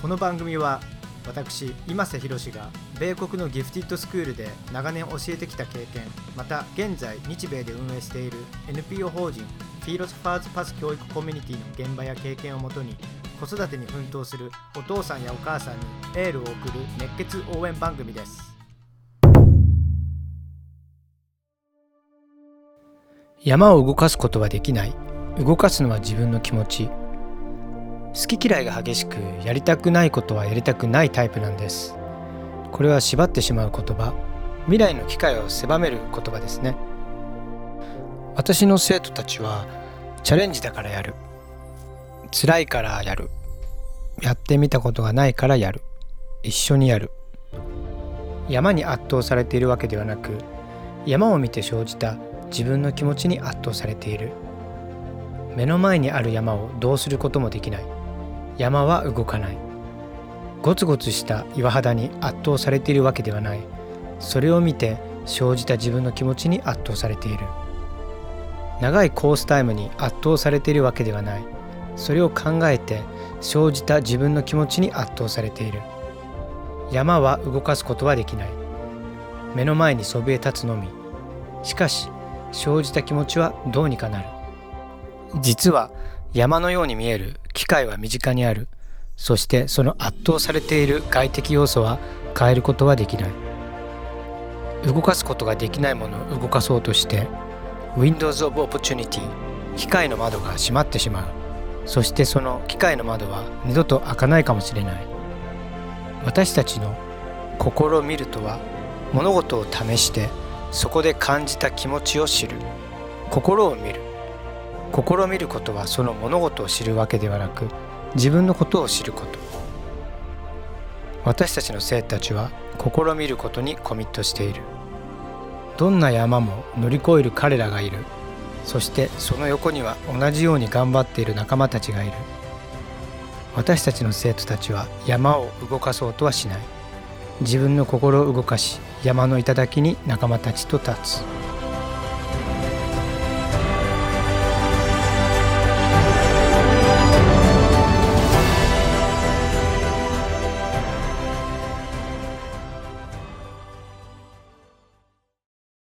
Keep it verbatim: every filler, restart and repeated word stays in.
この番組は私今瀬博が米国のギフティッドスクールで長年教えてきた経験、また現在日米で運営している エヌピーオー 法人フィーロスファーズパス教育コミュニティの現場や経験をもとに、子育てに奮闘するお父さんやお母さんにエールを送る熱血応援番組です。山を動かすことはできない。動かすのは自分の気持ち。好き嫌いが激しく、やりたくないことはやりたくないタイプなんです。これは縛ってしまう言葉、未来の機会を狭める言葉ですね。私の生徒たちはチャレンジだからやる、辛いからやる、やってみたことがないからやる、一緒にやる。山に圧倒されているわけではなく、山を見て生じた自分の気持ちに圧倒されている。目の前にある山をどうすることもできない。山は動かない。ゴツゴツした岩肌に圧倒されているわけではない。それを見て生じた自分の気持ちに圧倒されている。長いコースタイムに圧倒されているわけではない。それを考えて生じた自分の気持ちに圧倒されている。山は動かすことはできない。目の前にそびえ立つのみ。しかし生じた気持ちはどうにかなる。実は山のように見える機会は身近にある。そしてその圧倒されている外的要素は変えることはできない。動かすことができないものを動かそうとして Windows of Opportunity、 機会の窓が閉まってしまう。そしてその機会の窓は二度と開かないかもしれない。私たちの心を見るとは、物事を試してそこで感じた気持ちを知る。心を見る。心を見ることはその物事を知るわけではなく、自分のことを知ること。私たちの生徒たちは心を見ることにコミットしている。どんな山も乗り越える彼らがいる。そしてその横には同じように頑張っている仲間たちがいる。私たちの生徒たちは山を動かそうとはしない。自分の心を動かし、山の頂に仲間たちと立つ。